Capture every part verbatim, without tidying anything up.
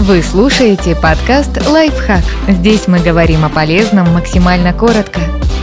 Вы слушаете подкаст «Лайфхак». Здесь мы говорим о полезном максимально коротко.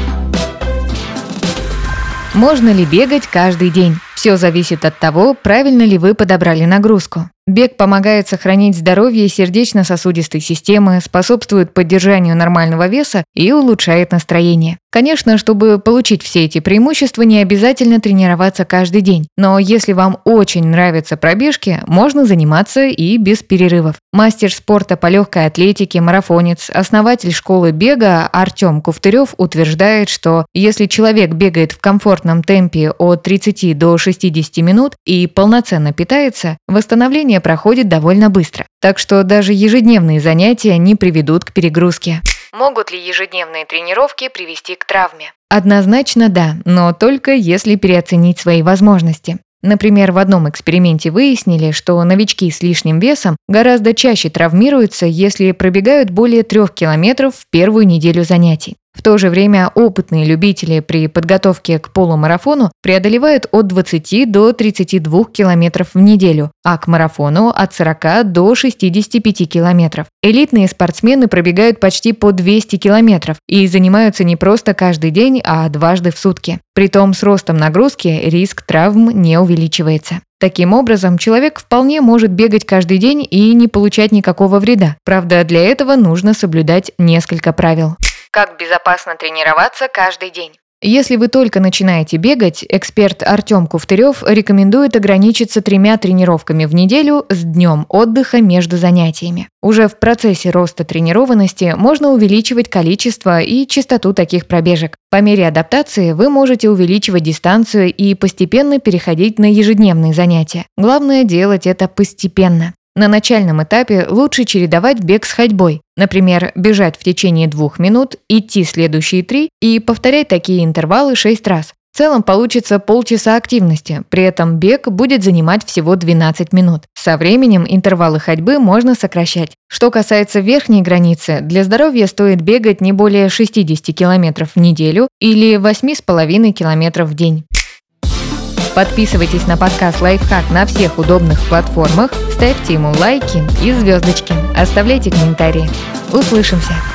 Можно ли бегать каждый день? Все зависит от того, правильно ли вы подобрали нагрузку. Бег помогает сохранить здоровье сердечно-сосудистой системы, способствует поддержанию нормального веса и улучшает настроение. Конечно, чтобы получить все эти преимущества, не обязательно тренироваться каждый день. Но если вам очень нравятся пробежки, можно заниматься и без перерывов. Мастер спорта по легкой атлетике, марафонец, основатель школы бега Артем Куфтырев утверждает, что если человек бегает в комфортном темпе от тридцати до шестидесяти минут и полноценно питается, восстановление проходит довольно быстро. Так что даже ежедневные занятия не приведут к перегрузке. Могут ли ежедневные тренировки привести к травме? Однозначно да, но только если переоценить свои возможности. Например, в одном эксперименте выяснили, что новички с лишним весом гораздо чаще травмируются, если пробегают более трех километров в первую неделю занятий. В то же время опытные любители при подготовке к полумарафону преодолевают от двадцати до тридцати двух километров в неделю, а к марафону от сорока до шестидесяти пяти километров. Элитные спортсмены пробегают почти по двести километров и занимаются не просто каждый день, а дважды в сутки. Притом с ростом нагрузки риск травм не увеличивается. Таким образом, человек вполне может бегать каждый день и не получать никакого вреда. Правда, для этого нужно соблюдать несколько правил. Как безопасно тренироваться каждый день? Если вы только начинаете бегать, эксперт Артем Куфтырев рекомендует ограничиться тремя тренировками в неделю с днем отдыха между занятиями. Уже в процессе роста тренированности можно увеличивать количество и частоту таких пробежек. По мере адаптации вы можете увеличивать дистанцию и постепенно переходить на ежедневные занятия. Главное делать это постепенно. На начальном этапе лучше чередовать бег с ходьбой. Например, бежать в течение двух минут, идти следующие три и повторять такие интервалы шесть раз. В целом получится полчаса активности, при этом бег будет занимать всего двенадцать минут. Со временем интервалы ходьбы можно сокращать. Что касается верхней границы, для здоровья стоит бегать не более шестидесяти километров в неделю или восьми с половиной километров в день. Подписывайтесь на подкаст «Лайфхак» на всех удобных платформах, ставьте ему лайки и звездочки, оставляйте комментарии. Услышимся!